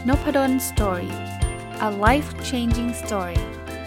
Nopadon Story. A life-changing story.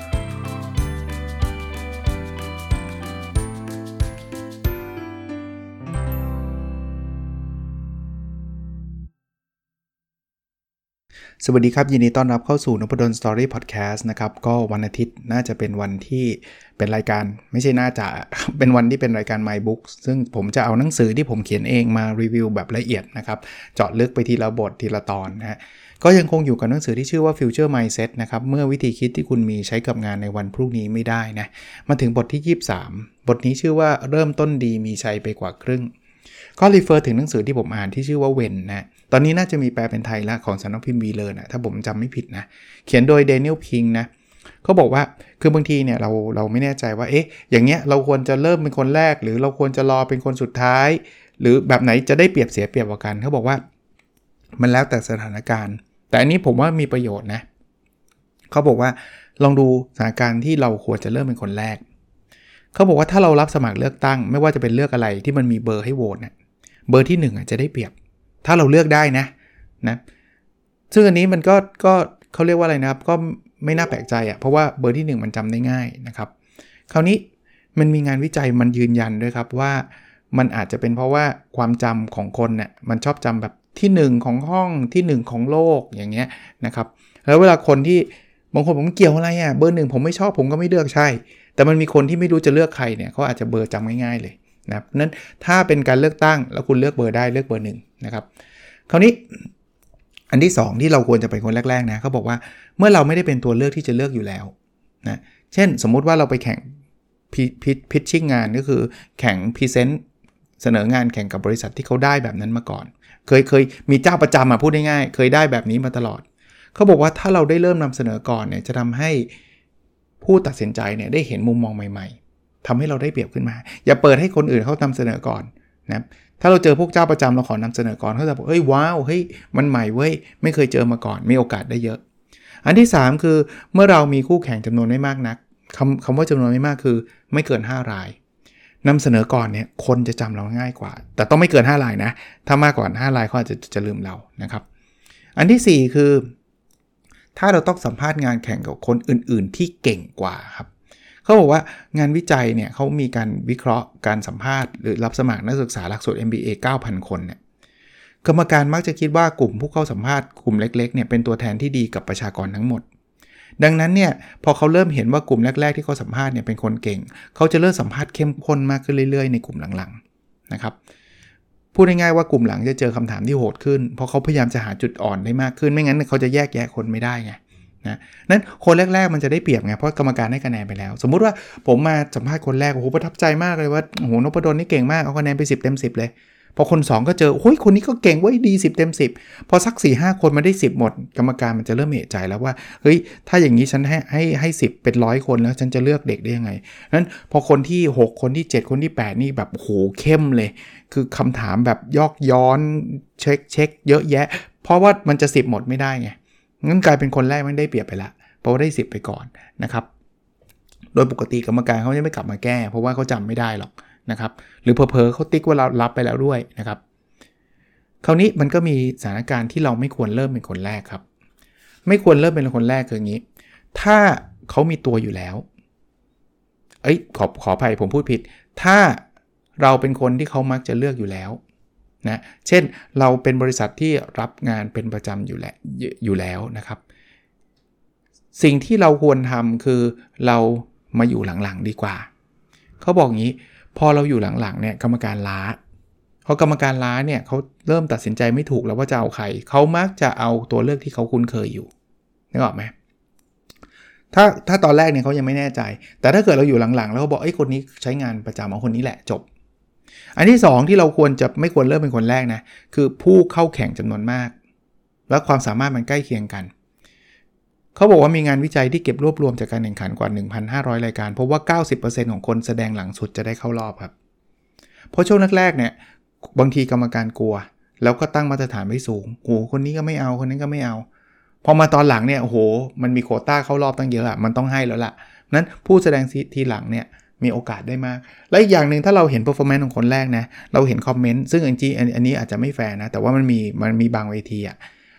สวัสดีครับยินดีต้อนรับเข้าสู่ Nopadon Story Podcast นะครับก็วันอาทิตย์น่าจะเป็นวันที่เป็นรายการไม่ใช่น่าจะเป็นวันที่เป็นรายการ My Book ซึ่งผมจะเอาหนังสือที่ผมเขียนเองมารีวิวแบบละเอียดนะครับเจาะลึกไปทีละบททีละตอนนะฮะก็ยังคงอยู่กับหนังสือที่ชื่อว่า Future Mindset นะครับเมื่อวิธีคิดที่คุณมีใช้กับงานในวันพรุ่งนี้ไม่ได้นะมาถึงบทที่23บทนี้ชื่อว่าเริ่มต้นดีมีชัยไปกว่าครึ่งก็รีเฟอร์ถึงหนังสือที่ผมอ่านที่ชื่อว่าเวนนะตอนนี้น่าจะมีแปลเป็นไทยแล้วของสำนักพิมพ์วีเลอร์นะถ้าผมจำไม่ผิดนะเขียนโดย Daniel Pink นะเขาบอกว่าคือบางทีเนี่ยเราไม่แน่ใจว่าเอ๊ะอย่างเงี้ยเราควรจะเริ่มเป็นคนแรกหรือเราควรจะรอเป็นคนสุดท้ายหรือแบบไหนจะได้เปรียบเสียเปรียบกว่ากันเขาบอกว่ามันแล้วแต่สถานการณ์แต่อันนี้ผมว่ามีประโยชน์นะเขาบอกว่าลองดูสถานการณ์ที่เราควรจะเริ่มเป็นคนแรกเขาบอกว่าถ้าเรารับสมัครเลือกตั้งไม่ว่าจะเป็นเลือกอะไรที่มันมีเบอร์ให้โหวตนะเบอร์ที่1อ่ะจะได้เปรียบถ้าเราเลือกได้นะซึ่งอันนี้มันก็เขาเรียกว่าอะไรนะครับก็ไม่น่าแปลกใจอ่ะเพราะว่าเบอร์ที่1มันจำได้ง่ายนะครับคราวนี้มันมีงานวิจัยมันยืนยันด้วยครับว่ามันอาจจะเป็นเพราะว่าความจำของคนเนี่ยมันชอบจำแบบที่1ของห้องที่1ของโลกอย่างเงี้ยนะครับแล้วเวลาคนที่บางคนผมเกี่ยวอะไรอ่ะเบอร์1ผมไม่ชอบผมก็ไม่เลือกใช่แต่มันมีคนที่ไม่รู้จะเลือกใครเนี่ยเขาอาจจะเบอร์จำง่ายๆเลยนะครับนั้นถ้าเป็นการเลือกตั้งแล้วคุณเลือกเบอร์ได้เลือกเบอร์1นะครับคราวนี้อันที่2ที่เราควรจะเป็นคนแรกๆนะเขาบอกว่าเมื่อเราไม่ได้เป็นตัวเลือกที่จะเลือกอยู่แล้วนะเช่นสมมุติว่าเราไปแข่งพิชชิ่งงานก็คือแข่งพรีเซนต์เสนองานแข่งกับบริษัทที่เขาได้แบบนั้นมาก่อนเคยมีเจ้าประจำพูดง่ายๆเคยได้แบบนี้มาตลอดเขาบอกว่าถ้าเราได้เริ่มนำเสนอก่อนเนี่ยจะทำให้ผู้ตัดสินใจเนี่ยได้เห็นมุมมองใหม่ๆทำให้เราได้เปรียบขึ้นมาอย่าเปิดให้คนอื่นเขานำเสนอก่อนนะถ้าเราเจอพวกเจ้าประจำเราขอนำเสนอก่อนเขาจะบอกเฮ้ยว้าวเฮ้ยมันใหม่เว้ยไม่เคยเจอมาก่อนมีโอกาสได้เยอะอันที่3คือเมื่อเรามีคู่แข่งจำนวนไม่มากนักคำว่าจำนวนไม่มากคือไม่เกิน5รายนำเสนอก่อนเนี่ยคนจะจำเราง่ายกว่าแต่ต้องไม่เกิน5รายนะถ้ามากกว่า5รายเขาอาจจะลืมเรานะครับอันที่4คือถ้าเราต้องสัมภาษณ์งานแข่งกับคนอื่นๆที่เก่งกว่าครับเขาบอกว่างานวิจัยเนี่ยเขามีการวิเคราะห์การสัมภาษณ์หรือรับสมัครนักศึกษาหลักสูตร MBA 9,000 คนเนี่ยกรรมการมักจะคิดว่ากลุ่มผู้เข้าสัมภาษณ์กลุ่มเล็กๆเนี่ยเป็นตัวแทนที่ดีกับประชากรทั้งหมดดังนั้นเนี่ยพอเขาเริ่มเห็นว่ากลุ่มแรกๆที่เขาสัมภาษณ์เนี่ยเป็นคนเก่งเขาจะเริ่มสัมภาษณ์เข้มข้นมากขึ้นเรื่อยๆในกลุ่มหลังๆนะครับพูดง่ายๆว่ากลุ่มหลังจะเจอคำถามที่โหดขึ้นเพราะเขาพยายามจะหาจุดอ่อนได้มากขึ้นไม่งั้นเขาจะแยกแยะคนไม่ได้ไงนั้นคนแรกๆมันจะได้เปรียบไงเพราะกรรมการให้คะแนนไปแล้วสมมุติว่าผมมาสัมภาษณ์คนแรกโอ้โหประทับใจมากเลยว่าโอ้โหนพดลนี่เก่งมากเอาคะแนนไป10 เต็ม 10เลยพอคน2ก็เจอโอ้ยคนนี้ก็เก่งเว้ยดี10 เต็ม 10พอสัก 4-5 คนมาได้10หมดกรรมการมันจะเริ่มเอะใจแล้วว่าเฮ้ยถ้าอย่างนี้ฉันให้10เป็น100คนแล้วฉันจะเลือกเด็กได้ยังไงนั้นพอคนที่6คนที่7คนที่8นี่แบบโอ้โหเข้มเลยคือคำถามแบบยอกย้อนเช็คเยอะแยะเพราะว่ามันจะ10หมดไม่ได้ไงงั้นกลายเป็นคนแรกมันได้เปรียบไปละเพราะได้10ไปก่อนนะครับโดยปกติกรรมการเขาจะไม่กลับมาแก้เพราะว่าเขาจำไม่ได้หรอกนะครับหรือเผลอๆเขาติ๊กว่าเรารับไปแล้วด้วยนะครับคราวนี้มันก็มีสถานการณ์ที่เราไม่ควรเริ่มเป็นคนแรกครับไม่ควรเริ่มเป็นคนแรกคืออย่างนี้ถ้าเขามีตัวอยู่แล้วขออภัยผมพูดผิดถ้าเราเป็นคนที่เขามักจะเลือกอยู่แล้วนะเช่นเราเป็นบริษัทที่รับงานเป็นประจำอยู่แล้วนะครับสิ่งที่เราควรทำคือเรามาอยู่หลังๆดีกว่าเขาบอกงี้พอเราอยู่หลังๆเนี่ยกรรมการล้าพอกรรมการล้าเนี่ยเขาเริ่มตัดสินใจไม่ถูกแล้วว่าจะเอาใครเขามักจะเอาตัวเลือกที่เขาคุ้นเคยอยู่นึกออกไหมถ้าตอนแรกเนี่ยเขายังไม่แน่ใจแต่ถ้าเกิดเราอยู่หลังๆแล้วเขาบอกคนนี้ใช้งานประจำเอาคนนี้แหละจบอันที่2ที่เราไม่ควรเริ่มเป็นคนแรกนะคือผู้เข้าแข่งจำนวนมากและความสามารถมันใกล้เคียงกันเขาบอกว่ามีงานวิจัยที่เก็บรวบรวมจากการแข่งขันกว่า 1,500 รายการพบว่า 90% ของคนแสดงหลังสุดจะได้เข้ารอบครับเพราะช่วงแรกๆเนี่ยบางทีกรรมการกลัวแล้วก็ตั้งมาตรฐานไว้สูงโหคนนี้ก็ไม่เอาคนนั้นก็ไม่เอาพอมาตอนหลังเนี่ยโอ้โหมันมีโควต้าเข้ารอบตั้งเยอะมันต้องให้แล้วล่ะนั้นผู้แสดงทีหลังเนี่ยมีโอกาสได้มากและอีกอย่างนึงถ้าเราเห็น performance ของคนแรกนะเราเห็นคอมเมนต์ซึ่งอันนี้อาจจะไม่แฟร์นะแต่ว่ามันมีบางเวที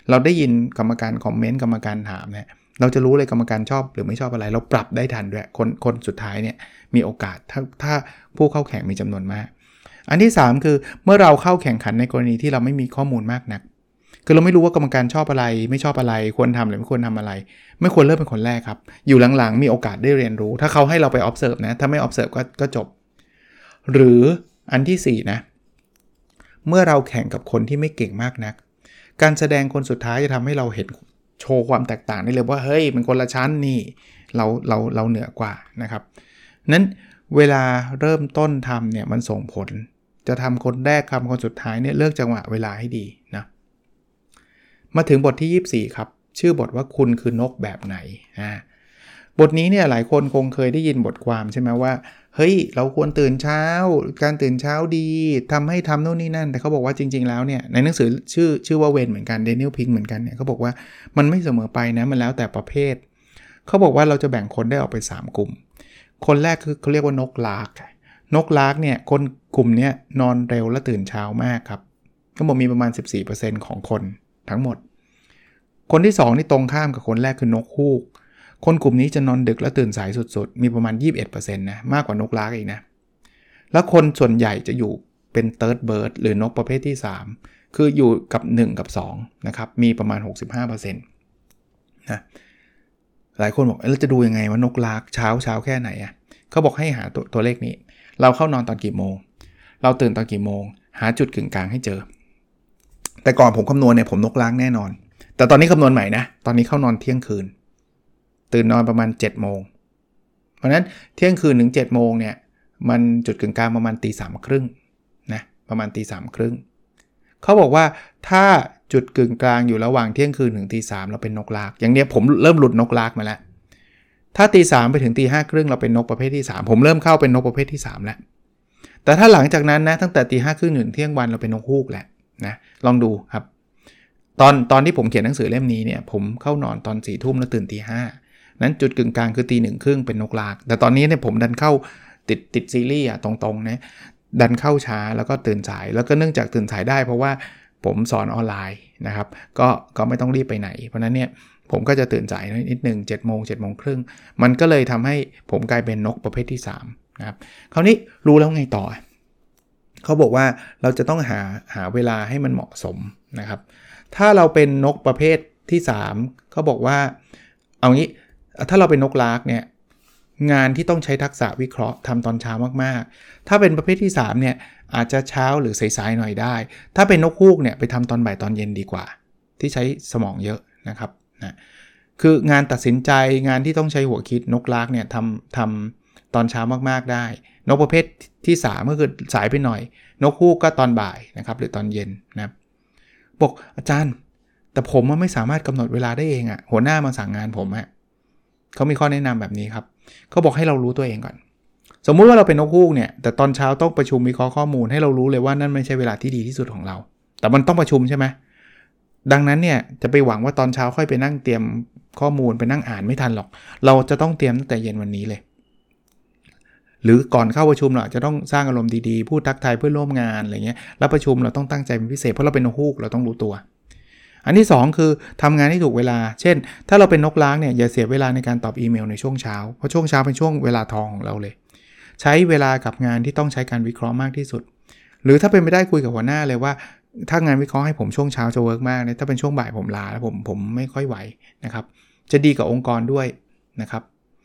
เราได้ยินกรรมการคอมเมนต์กรรมการถามเนี่ยเราจะรู้เลยกรรมการชอบหรือไม่ชอบอะไรเราปรับได้ทันด้วยคนสุดท้ายเนี่ยมีโอกาสถ้าผู้เข้าแข่งมีจำนวนมากอันที่3คือเมื่อเราเข้าแข่งขันในกรณีที่เราไม่มีข้อมูลมากนักคือเราไม่รู้ว่ากรรมการชอบอะไรไม่ชอบอะไรควรทำหรือไม่ควรทำอะไรไม่ควรเริ่มเป็นคนแรกครับอยู่หลังๆมีโอกาสได้เรียนรู้ถ้าเขาให้เราไป observe นะถ้าไม่ observe ก็จบหรืออันที่4นะเมื่อเราแข่งกับคนที่ไม่เก่งมากนักการแสดงคนสุดท้ายจะทำให้เราเห็นโชว์ความแตกต่างได้เลยว่าเฮ้ยมันคนละชั้นนี่เราเหนือกว่านะครับนั้นเวลาเริ่มต้นทำเนี่ยมันส่งผลจะทำคนแรกทำคนสุดท้ายเนี่ยเลือกจังหวะเวลาให้ดีนะมาถึงบทที่24ครับชื่อบทว่าคุณคือนกแบบไหนบทนี้เนี่ยหลายคนคงเคยได้ยินบทความใช่ไหมว่าเฮ้ยเราควรตื่นเช้าการตื่นเช้าดีทำให้ทำโน่นนี่นั่นแต่เขาบอกว่าจริงๆแล้วเนี่ยในหนังสือชื่อว่าเวนเหมือนกันเดนิเอลพิงค์เหมือนกันเนี่ยเขาบอกว่ามันไม่เสมอไปนะมันแล้วแต่ประเภทเขาบอกว่าเราจะแบ่งคนได้ออกเป็น3กลุ่มคนแรกคือเขาเรียกว่านกลากเนี่ยคนกลุ่มนี้นอนเร็วและตื่นเช้ามากครับก็บอกมีประมาณ 14% ของคนทั้งหมดคนที่2นี่ตรงข้ามกับคนแรกคือนกฮูกคนกลุ่มนี้จะนอนดึกและตื่นสายสุดๆมีประมาณ 21% นะมากกว่านกลากอีกนะแล้วคนส่วนใหญ่จะอยู่เป็น third bird หรือนกประเภทที่3คืออยู่กับ1กับ2นะครับมีประมาณ 65% นะหลายคนบอกแล้วจะดูยังไงว่านกลากเช้าแค่ไหนอ่ะเขาบอกให้หาตัวเลขนี้เราเข้านอนตอนกี่โมงเราตื่นตอนกี่โมงหาจุดกึ่งกลางให้เจอแต่ก่อนผมคำนวณเนี่ยผมนกลากแน่นอนแต่ตอนนี้คำนวณใหม่นะตอนนี้เข้านอนเที่ยงคืนตื่นนอนประมาณ 7 โมงเพราะนั้นเที่ยงคืนถึง 7 โมงเนี่ยมันจุดกึ่งกลางประมาณ 3:30 นนะประมาณ 3:30 นเขาบอกว่าถ้าจุดกึ่งกลางอยู่ระหว่างเที่ยงคืนถึง 3:00 นเราเป็นนกลากอย่างเนี้ยผมเริ่มหลุดนกลากมาแล้วถ้า 3:00 นไปถึง 5:30 นเราเป็นนกประเภทที่3ผมเริ่มเข้าเป็นนกประเภทที่3แล้วแต่ถ้าหลังจากนั้นนะตั้งแต่ 5:30 นถึงเที่ยงวันเราเป็นนกฮูกแหละนะลองดูครับตอนที่ผมเขียนหนังสือเล่มนี้เนี่ยผมเข้านอนตอน 4 ทุ่มแล้วตื่น 5:00 นนั้นจุดกึ่งกลางคือ 1:30 นเป็นนกลากแต่ตอนนี้เนี่ยผมดันเข้าติดซีรีส์ตรงๆนะดันเข้าช้าแล้วก็ตื่นสายแล้วก็เนื่องจากตื่นสายได้เพราะว่าผมสอนออนไลน์นะครับก็ไม่ต้องรีบไปไหนเพราะนั้นเนี่ยผมก็จะตื่นสายนิดนึง 7 โมง 7:30 นมันก็เลยทำให้ผมกลายเป็นนกประเภทที่3นะครับคราวนี้รู้แล้วไงต่อเขาบอกว่าเราจะต้องหาเวลาให้มันเหมาะสมนะครับถ้าเราเป็นนกประเภทที่3เขาบอกว่าเอางี้ถ้าเราเป็นนกลากเนี่ยงานที่ต้องใช้ทักษะวิเคราะห์ทำตอนเช้ามากๆถ้าเป็นประเภทที่3เนี่ยอาจจะเช้าหรือสายๆหน่อยได้ถ้าเป็นนกฮูกเนี่ยไปทำตอนบ่ายตอนเย็นดีกว่าที่ใช้สมองเยอะนะครับนะคืองานตัดสินใจงานที่ต้องใช้หัวคิดนกลากเนี่ยทำตอนเช้ามากๆได้นกประเภทที่3ก็คือสายไปหน่อยนกฮูกก็ตอนบ่ายนะครับหรือตอนเย็นนะครับบอกอาจารย์แต่ผมไม่สามารถกำหนดเวลาได้เองหัวหน้ามาสั่งงานผมเขามีข้อแนะนำแบบนี้ครับเขาบอกให้เรารู้ตัวเองก่อนสมมุติว่าเราเป็นนกฮูกเนี่ยแต่ตอนเช้าต้องประชุมวิเคราะห์ข้อมูลให้เรารู้เลยว่านั่นไม่ใช่เวลาที่ดีที่สุดของเราแต่มันต้องประชุมใช่ไหมดังนั้นเนี่ยจะไปหวังว่าตอนเช้าค่อยไปนั่งเตรียมข้อมูลไปนั่งอ่านไม่ทันหรอกเราจะต้องเตรียมตั้งแต่เย็นวันนี้เลยหรือก่อนเข้าประชุมเราจะต้องสร้างอารมณ์ดีๆพูดทักทายเพื่อนร่วมงานอะไรเงี้ยแล้วประชุมเราต้องตั้งใจเป็นพิเศษเพราะเราเป็นนกฮูกเราต้องรู้ตัวอันที่2คือทำงานให้ถูกเวลาเช่นถ้าเราเป็นนกล้างเนี่ยอย่าเสียเวลาในการตอบอีเมลในช่วงเช้าเพราะช่วงเช้าเป็นช่วงเวลาทองของเราเลยใช้เวลากับงานที่ต้องใช้การวิเคราะห์มากที่สุดหรือถ้าเป็นไม่ได้คุยกับหัวหน้าเลยว่าถ้างานวิเคราะห์ให้ผมช่วงเช้าจะเวิร์กมากเลยถ้าเป็นช่วงบ่ายผมลาแล้วผมไม่ค่อยไหวนะครับจะดีกับองค์กรด้วยนะครับ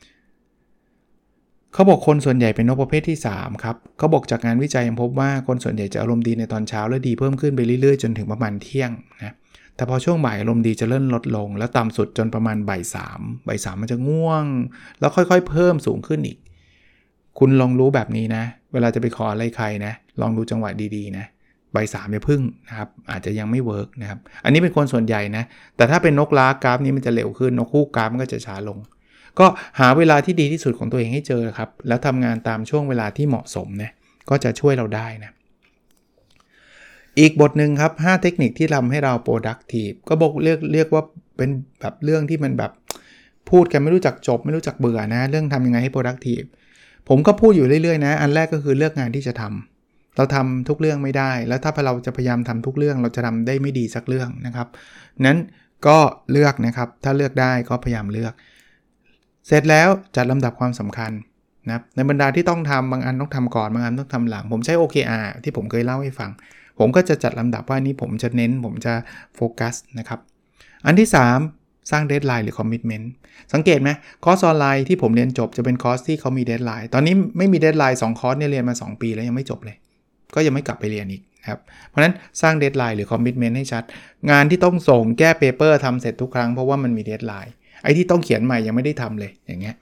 เขาบอกคนส่วนใหญ่เป็นนกประเภทที่3ครับเขาบอกจากงานวิจัยยังพบว่าคนส่วนใหญ่จะอารมณ์ดีในตอนเช้าและดีเพิ่มขึ้นไปเรื่อยๆจนถึงประมาณเที่ยงนะแต่พอช่วงบ่ายอารมณ์ดีจะเริ่มลดลงแล้วต่ำสุดจนประมาณบ่าย3มันจะง่วงแล้วค่อยๆเพิ่มสูงขึ้นอีกคุณลองรู้แบบนี้นะเวลาจะไปขออะไรใครนะลองดูจังหวะดีๆนะบ่าย3อย่าพึ่งนะครับอาจจะยังไม่เวิร์กนะครับอันนี้เป็นคนส่วนใหญ่นะแต่ถ้าเป็นนกล้ากราฟนี้มันจะเร็วขึ้นนกฮูกกราฟมันก็จะช้าลงก็หาเวลาที่ดีที่สุดของตัวเองให้เจอครับแล้วทำงานตามช่วงเวลาที่เหมาะสมนะก็จะช่วยเราได้นะอีกบทหนึ่งครับ5เทคนิคที่ทำให้เรา productive ก็บอกเรียกว่าเป็นแบบเรื่องที่มันแบบพูดกันไม่รู้จักจบไม่รู้จักเบื่อนะเรื่องทำยังไงให้ productive ผมก็พูดอยู่เรื่อยๆนะอันแรกก็คือเลือกงานที่จะทเราทำทุกเรื่องไม่ได้แล้วถ้าเราจะพยายามทำทุกเรื่องเราจะทำได้ไม่ดีสักเรื่องนะครับนั้นก็เลือกนะครับถ้าเลือกได้ก็พยายามเลือกเสร็จแล้วจัดลำดับความสำคัญนะในบรรดาที่ต้องทำบางอันต้องทำก่อนบางอันต้องทำหลังผมใช้ OKR ที่ผมเคยเล่าให้ฟังผมก็จะจัดลำดับว่านี้ผมจะเน้นผมจะโฟกัสนะครับอันที่3สร้างเดดไลน์หรือคอมมิตเมนต์สังเกตไหมคอร์สออนไลน์ที่ผมเรียนจบจะเป็นคอร์สที่เขามีเดดไลน์ตอนนี้ไม่มีเดดไลน์2คอร์สเนี่ยเรียนมา2ปีแล้วยังไม่จบเลยก็ยังไม่กลับไปเรียนอีกครับเพราะฉะนั้นสร้างเดดไลน์หรือคอมมิตเมนต์ให้ชัดงานที่ต้องส่งแก้เปเปอร์ทำเสร็จทุกครั้งเพราะว่ามันมีเดดไลน์ไอ้ที่ต้องเขียนใหม่ยังไม่ได้ทำเลยอย่างเงี้ย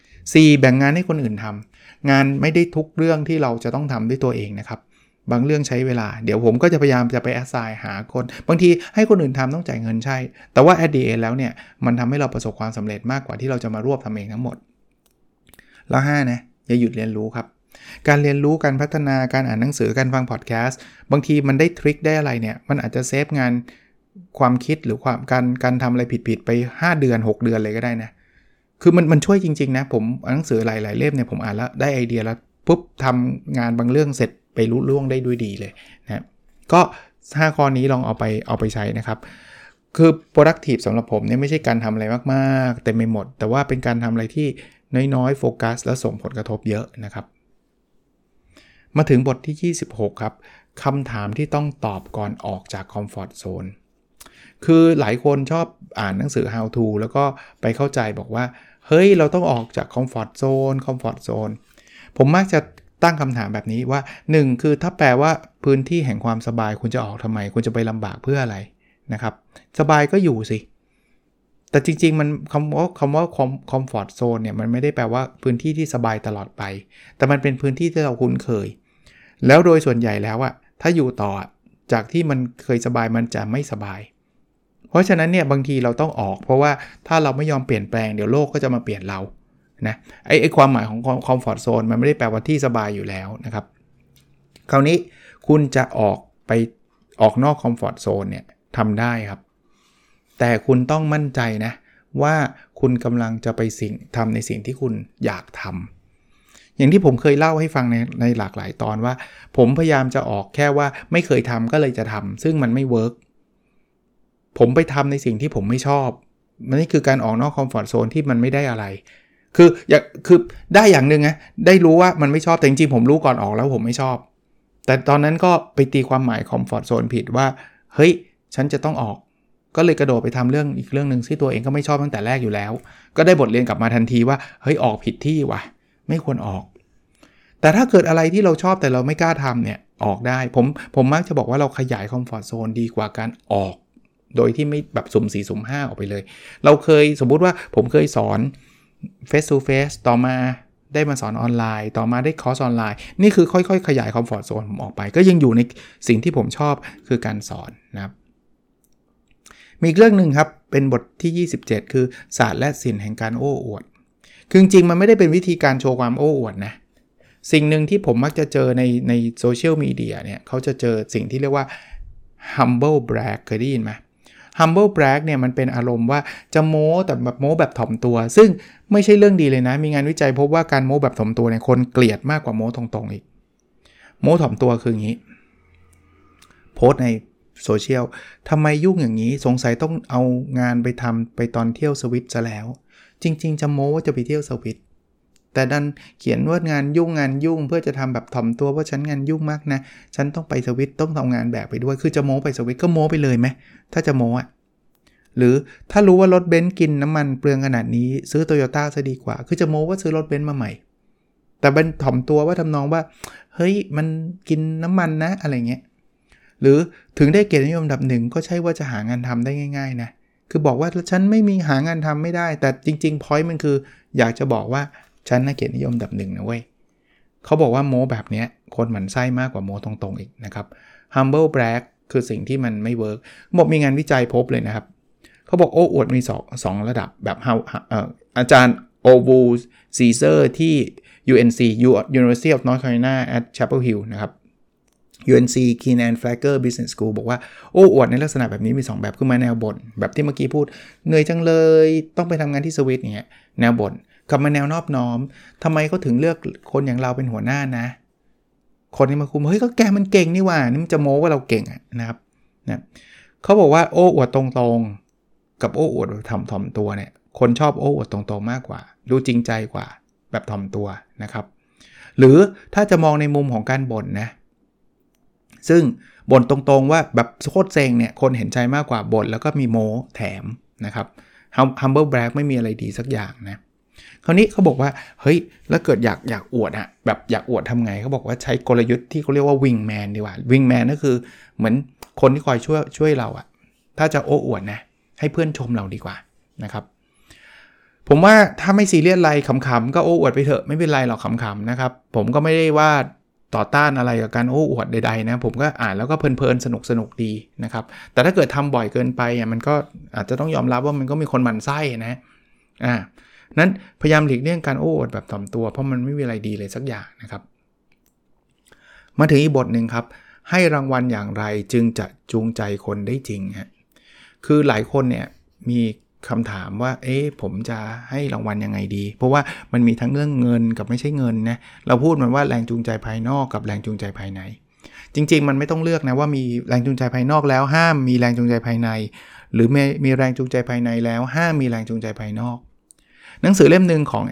4แบ่งงานให้คนอื่นทำงานไม่ได้ทุกเรื่องที่เราจะต้องทำด้วยตัวเองนะครับบางเรื่องใช้เวลาเดี๋ยวผมก็จะพยายามจะไป assign หาคนบางทีให้คนอื่นทำต้องจ่ายเงินใช่แต่ว่า at the end แล้วเนี่ยมันทำให้เราประสบความสำเร็จมากกว่าที่เราจะมารวบทำเองทั้งหมดแล้ว5นะอย่าหยุดเรียนรู้ครับการเรียนรู้การพัฒนาการอ่านหนังสือการฟังพอดแคสต์บางทีมันได้ทริคได้อะไรเนี่ยมันอาจจะเซฟงานความคิดหรือการทำอะไรผิดๆไป5เดือน6เดือนเลยก็ได้นะคือมันช่วยจริงๆนะผมอ่านหนังสือหลายๆเล่มเนี่ยผมอ่านแล้วได้ไอเดียแล้วปุ๊บทำงานบางเรื่องเสร็จไปลุล่วงได้ด้วยดีเลยนะก็5ข้อนี้ลองเอาไปใช้นะครับคือ productive สำหรับผมเนี่ยไม่ใช่การทำอะไรมากๆเต็มไปหมดแต่ว่าเป็นการทำอะไรที่น้อยๆโฟกัสแล้วส่งผลกระทบเยอะนะครับมาถึงบทที่26ครับคำถามที่ต้องตอบก่อนออกจากคอมฟอร์ตโซนคือหลายคนชอบอ่านหนังสือ how to แล้วก็ไปเข้าใจบอกว่าเฮ้ยเราต้องออกจากคอมฟอร์ตโซนผมมักจะตั้งคำถามแบบนี้ว่า1คือถ้าแปลว่าพื้นที่แห่งความสบายคุณจะออกทำไมคุณจะไปลำบากเพื่ออะไรนะครับสบายก็อยู่สิแต่จริงๆมันคำว่าคอมฟอร์ตโซนเนี่ยมันไม่ได้แปลว่าพื้นที่ที่สบายตลอดไปแต่มันเป็นพื้นที่ที่เราคุ้นเคยแล้วโดยส่วนใหญ่แล้วอะถ้าอยู่ต่อจากที่มันเคยสบายมันจะไม่สบายเพราะฉะนั้นเนี่ยบางทีเราต้องออกเพราะว่าถ้าเราไม่ยอมเปลี่ยนแปลงเดี๋ยวโลกก็จะมาเปลี่ยนเรานะไอ้ความหมายของคอมฟอร์ตโซนมันไม่ได้แปลว่าที่สบายอยู่แล้วนะครับคราวนี้คุณจะออกนอกคอมฟอร์ตโซนเนี่ยทำได้ครับแต่คุณต้องมั่นใจนะว่าคุณกำลังจะไปทำในสิ่งที่คุณอยากทำอย่างที่ผมเคยเล่าให้ฟังในหลากหลายตอนว่าผมพยายามจะออกแค่ว่าไม่เคยทำก็เลยจะทำซึ่งมันไม่เวิร์กผมไปทำในสิ่งที่ผมไม่ชอบนี่คือการออกนอกคอมฟอร์ตโซนที่มันไม่ได้อะไรคือได้อย่างนึงนะได้รู้ว่ามันไม่ชอบแต่จริงๆผมรู้ก่อนออกแล้วผมไม่ชอบแต่ตอนนั้นก็ไปตีความหมายคอมฟอร์ตโซนผิดว่าเฮ้ยฉันจะต้องออกก็เลยกระโดดไปทำเรื่องอีกเรื่องนึงที่ตัวเองก็ไม่ชอบตั้งแต่แรกอยู่แล้วก็ได้บทเรียนกลับมาทันทีว่าเฮ้ยออกผิดที่ว่ะไม่ควรออกแต่ถ้าเกิดอะไรที่เราชอบแต่เราไม่กล้าทำเนี่ยออกได้ผมมักจะบอกว่าเราขยายคอมฟอร์ตโซนดีกว่าการออกโดยที่ไม่แบบสุ่ม4สุ่ม5ออกไปเลยเราเคยสมมุติว่าผมเคยสอนface to face ต่อมาได้มาสอนออนไลน์ต่อมาได้คอร์สออนไลน์นี่คือค่อยๆขยายคอมฟอร์ตโซนผมออกไปก็ยังอยู่ในสิ่งที่ผมชอบคือการสอนนะครับมีอีกเรื่องนึงครับเป็นบทที่27คือศาสตร์และศิลป์แห่งการโอ้อวดคือจริงๆมันไม่ได้เป็นวิธีการโชว์ความโอ้อวดนะสิ่งหนึ่งที่ผมมักจะเจอในโซเชียลมีเดียเนี่ยเขาจะเจอสิ่งที่เรียกว่า humble brag เคยได้ยินไหมhumble brag เนี่ยมันเป็นอารมณ์ว่าจะโม้แต่แบบโม้แบบถ่อมตัวซึ่งไม่ใช่เรื่องดีเลยนะมีงานวิจัยพบว่าการโม้แบบถ่อมตัวเนี่ยคนเกลียดมากกว่าโม้ตรงๆอีกโม้ถ่อมตัวคืออย่างนี้โพสในโซเชียลทำไมยุ่งอย่างนี้สงสัยต้องเอางานไปทำไปตอนเที่ยวสวิตซะแล้วจริงๆจะโม้ว่าจะไปเที่ยวสวิตแต่ดันเขียนว่างานยุ่งเพื่อจะทำแบบถ่อมตัวว่าฉันงานยุ่งมากนะฉันต้องไปสวิตต้องทำงานแบบไปด้วยคือจะโม้ไปสวิตก็โม้ไปเลยไหมถ้าจะโม้อะหรือถ้ารู้ว่ารถเบนซ์กินน้ำมันเปลืองขนาดนี้ซื้อโตโยต้าซะดีกว่าคือจะโม้ว่าซื้อรถเบนซ์มาใหม่แต่เป็นถ่อมตัวว่าทำนองว่าเฮ้ยมันกินน้ำมันนะอะไรเงี้ยหรือถึงได้เกียรตินิยมอันดับ1ก็ใช่ว่าจะหางานทำได้ง่ายๆนะคือบอกว่าฉันไม่มีหางานทำไม่ได้แต่จริงๆ point มันคืออยากจะบอกว่าฉันน่าเกียรตินิยมอันดับ1นะเว้ยเขาบอกว่าโม้แบบนี้คนหมั่นไส้มากกว่าโม้ตรงๆอีกนะครับ humble brag คือสิ่งที่มันไม่เวิร์กบอกมีงานวิจัยพบเลยนะครับเขาบอกโอ้อวดมี2ระดับแบบอาจารย์โอวูซีเซอร์ที่ UNC University of North Carolina at Chapel Hill นะครับ UNC Keenan Flagler Business School บอกว่าโอ้อวดในลักษณะแบบนี้มี2แบบคือมาแนวบ่นแบบที่เมื่อกี้พูดเหนื่อยจังเลยต้องไปทำงานที่สวิตเนี่ยแนวบ่นกลับมาแนวนอบน้อมทำไมเขาถึงเลือกคนอย่างเราเป็นหัวหน้านะคนที่มาคุมเฮ้ยก็แกมันเก่งนี่หว่านี่มันจะโม้ว่าเราเก่งนะครับนะเขาบอกว่าโอ้อวดตรงๆกับโอ้อวดถ่อมตัวเนี่ยคนชอบโอ้อวดตรงๆมากกว่าดูจริงใจกว่าแบบถ่อมตัวนะครับหรือถ้าจะมองในมุมของการบ่นนะซึ่งบ่นตรงๆว่าแบบโคตรเซ็งเนี่ยคนเห็นใจมากกว่าบ่นแล้วก็มีโม้แถมนะครับ humble brag ไม่มีอะไรดีสักอย่างนะคราวนี้เขาบอกว่าเฮ้ยแล้วเกิดอยากอวดอะแบบอยากอวดทำไงเขาบอกว่าใช้กลยุทธ์ที่เขาเรียกว่า wingman ดีกว่า wingman ก็คือเหมือนคนที่คอยช่วยเราอะถ้าจะโอ้อวดนะให้เพื่อนชมเราดีกว่านะครับผมว่าถ้าไม่ซีเรียสอะไรขำๆก็โอ้อวดไปเถอะไม่เป็นไรหรอกขำๆนะครับผมก็ไม่ได้ว่าต่อต้านอะไรกับการโอ้อวดใดๆนะผมก็อ่านแล้วก็เพลินๆสนุกดีนะครับแต่ถ้าเกิดทำบ่อยเกินไปมันก็อาจจะต้องยอมรับว่ามันก็มีคนหมั่นไส้นะนั้นพยายามหลีกเลี่ยงการโอ้อวดแบบถ่อมตัวเพราะมันไม่มีอะไรดีเลยสักอย่างนะครับมาถึงอีกบทหนึ่งครับให้รางวัลอย่างไรจึงจะจูงใจคนได้จริงฮะคือหลายคนเนี่ยมีคำถามว่าผมจะให้รางวัลยังไงดีเพราะว่ามันมีทั้งเรื่องเงินกับไม่ใช่เงินนะเราพูดมันว่าแรงจูงใจภายนอกกับแรงจูงใจภายในจริงๆมันไม่ต้องเลือกนะว่ามีแรงจูงใจภายนอกแล้วห้ามมีแรงจูงใจภายในหรือมีแรงจูงใจภายในแล้วห้ามมีแรงจูงใจภายนอกหนังสือเล่มนึงของ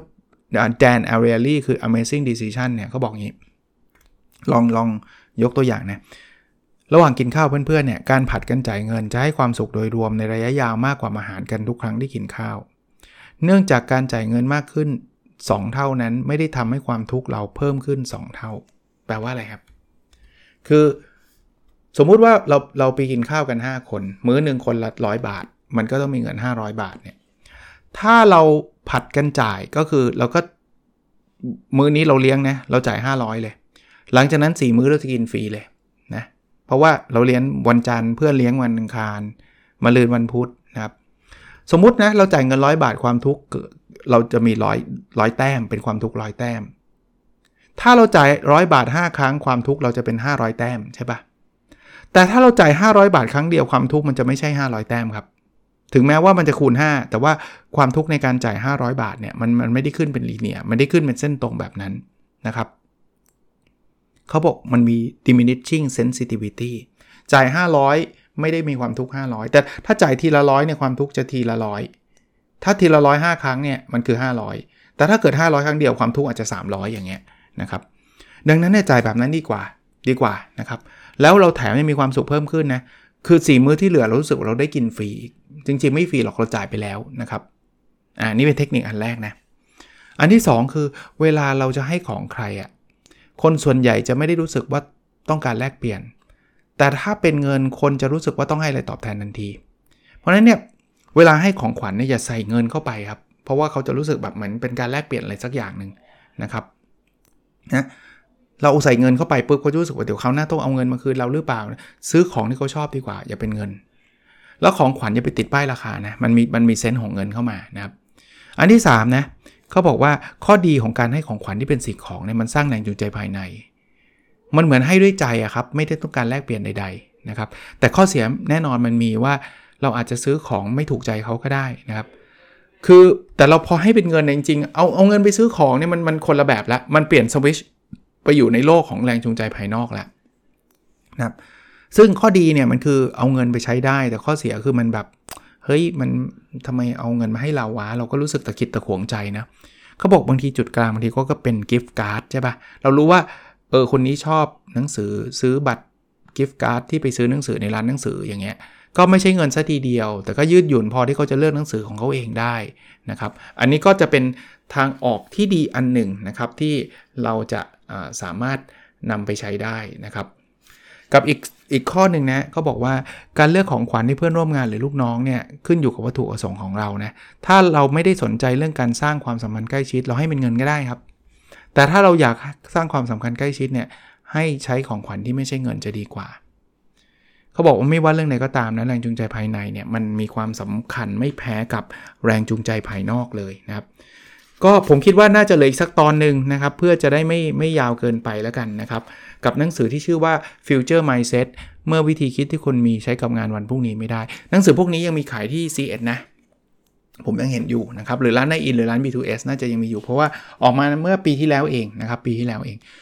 Dan Ariely คือ Amazing Decision เนี่ยเขาบอกงี้ลองยกตัวอย่างนะระหว่างกินข้าวเพื่อนๆเนี่ยการผัดกันจ่ายเงินจะให้ความสุขโดยรวมในระยะยาวมากกว่ามาหารกันทุกครั้งที่กินข้าวเนื่องจากการจ่ายเงินมากขึ้น2เท่านั้นไม่ได้ทำให้ความทุกข์เราเพิ่มขึ้น2เท่าแปลว่าอะไรครับคือสมมุติว่าเราไปกินข้าวกัน5คนมื้อนึงคนละ100 บาทมันก็ต้องมีเงิน500 บาทเนี่ยถ้าเราผัดกันจ่ายก็คือเราก็มื้อนี้เราเลี้ยงนะเราจ่าย500เลยหลังจากนั้น4มื้อเราจะกินฟรีเลยนะเพราะว่าเราเลี้ยงวันจันทร์เพื่อนเลี้ยงวันอังคารมะรืนวันพุธนะครับสมมุตินะเราจ่ายเงิน100 บาทความทุกข์เราจะมี100แต้มเป็นความทุกข์100แต้มถ้าเราจ่าย100 บาท5ครั้งความทุกข์เราจะเป็น500แต้มใช่ปะแต่ถ้าเราจ่าย500 บาทครั้งเดียวความทุกข์มันจะไม่ใช่500แต้มครับถึงแม้ว่ามันจะคูณ5แต่ว่าความทุกข์ในการจ่าย500 บาทเนี่ยมันไม่ได้ขึ้นเป็นลีเนียร์มันได้ขึ้นเป็นเส้นตรงแบบนั้นนะครับเขาบอกมันมี diminishing sensitivity จ่าย500ไม่ได้มีความทุกข์500แต่ถ้าจ่ายทีละ100เนี่ยความทุกข์จะทีละ100ถ้าทีละ100 5ครั้งเนี่ยมันคือ500แต่ถ้าเกิด500ครั้งเดียวความทุกข์อาจจะ300อย่างเงี้ยนะครับดังนั้นเนี่ยจ่ายแบบนั้นดีกว่านะครับแล้วเราแถมยังมีความสุขเพิ่มขึ้นนะคือ4มื้อที่เหลือเรารู้สึกว่าเราได้กินฟรีจริงๆไม่ฟรีหรอกเราจ่ายไปแล้วนะครับนี่เป็นเทคนิคอันแรกนะอันที่2คือเวลาเราจะให้ของใครคนส่วนใหญ่จะไม่ได้รู้สึกว่าต้องการแลกเปลี่ยนแต่ถ้าเป็นเงินคนจะรู้สึกว่าต้องให้อะไรตอบแทนทันทีเพราะฉะนั้นเนี่ยเวลาให้ของขวัญเนี่ยอย่าใส่เงินเข้าไปครับเพราะว่าเขาจะรู้สึกแบบเหมือนเป็นการแลกเปลี่ยนอะไรสักอย่างนึงนะครับนะเราใส่เงินเข้าไปปุ๊บเขาจะรู้สึกว่าเดี๋ยวเขาหน้าต้องเอาเงินมาคืนเราหรือเปล่าซื้อของที่เขาชอบดีกว่าอย่าเป็นเงินแล้วของขวัญอย่าไปติดป้ายราคานะมันมีเซนส์ของเงินเข้ามานะครับอันที่3นะเขาบอกว่าข้อดีของการให้ของขวัญที่เป็นสิ่งของเนี่ยมันสร้างแรงจูงใจภายในมันเหมือนให้ด้วยใจครับไม่ได้ต้องการแลกเปลี่ยนใดๆนะครับแต่ข้อเสียแน่นอนมันมีว่าเราอาจจะซื้อของไม่ถูกใจเขาก็ได้นะครับคือแต่เราพอให้เป็นเงินจริงๆเอาเงินไปซื้อของเนี่ยมันคนละแบบละมันเปลี่ยนสวิตช์ไปอยู่ในโลกของแรงจูงใจภายนอกแล้วนะครับซึ่งข้อดีเนี่ยมันคือเอาเงินไปใช้ได้แต่ข้อเสียคือมันแบบเฮ้ยมันทำไมเอาเงินมาให้เราวะเราก็รู้สึกตะขิดตะขวงใจนะเขาบอกบางทีจุดกลางบางทีก็เป็นกิฟต์การ์ดใช่ป่ะเรารู้ว่าคนนี้ชอบหนังสือซื้อบัตรกิฟต์การ์ดที่ไปซื้อหนังสือในร้านหนังสืออย่างเงี้ยก็ไม่ใช่เงินซะทีเดียวแต่ก็ยืดหยุ่นพอที่เขาจะเลือกหนังสือของเขาเองได้นะครับอันนี้ก็จะเป็นทางออกที่ดีอันหนึ่งนะครับที่เราจะสามารถนำไปใช้ได้นะครับกับอีกข้อหนึ่งนะเขาบอกว่าการเลือกของขวัญให้เพื่อนร่วมงานหรือลูกน้องเนี่ยขึ้นอยู่กับวัตถุประสงค์ของเรานะถ้าเราไม่ได้สนใจเรื่องการสร้างความสัมพันธ์ใกล้ชิดเราให้เป็นเงินก็ได้ครับแต่ถ้าเราอยากสร้างความสัมพันธ์ใกล้ชิดเนี่ยให้ใช้ของขวัญที่ไม่ใช่เงินจะดีกว่าเขาบอกว่าไม่ว่าเรื่องไหนก็ตามนะแรงจูงใจภายในเนี่ยมันมีความสำคัญไม่แพ้กับแรงจูงใจภายนอกเลยนะครับก็ผมคิดว่าน่าจะเหลืออีกสักตอนนึงนะครับเพื่อจะได้ไม่ยาวเกินไปแล้วกันนะครับกับหนังสือที่ชื่อว่า Future Mindset เมื่อวิธีคิดที่คุณมีใช้กับงานวันพรุ่งนี้ไม่ได้หนังสือพวกนี้ยังมีขายที่ CS นะผมยังเห็นอยู่นะครับหรือร้านนายอินหรือร้าน B2S น่าจะยังมีอยู่เพราะว่าออกมาเมื่อปีที่แล้วเองนะครับปีที่แล้วเอง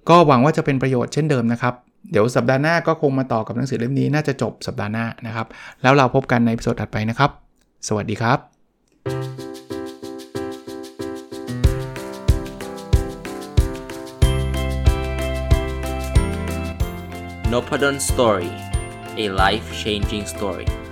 ก็หวังว่าจะเป็นประโยชน์เช่นเดิมนะครับเดี๋ยวสัปดาห์หน้าก็คงมาต่อกับหนังสือเล่มนี้น่าจะจบสัปดาห์หน้านะครับแล้วเราพบกันในอีพิโซดถัดไปนะครับสวัสดีครับ Nopadon Story, a life-changing story.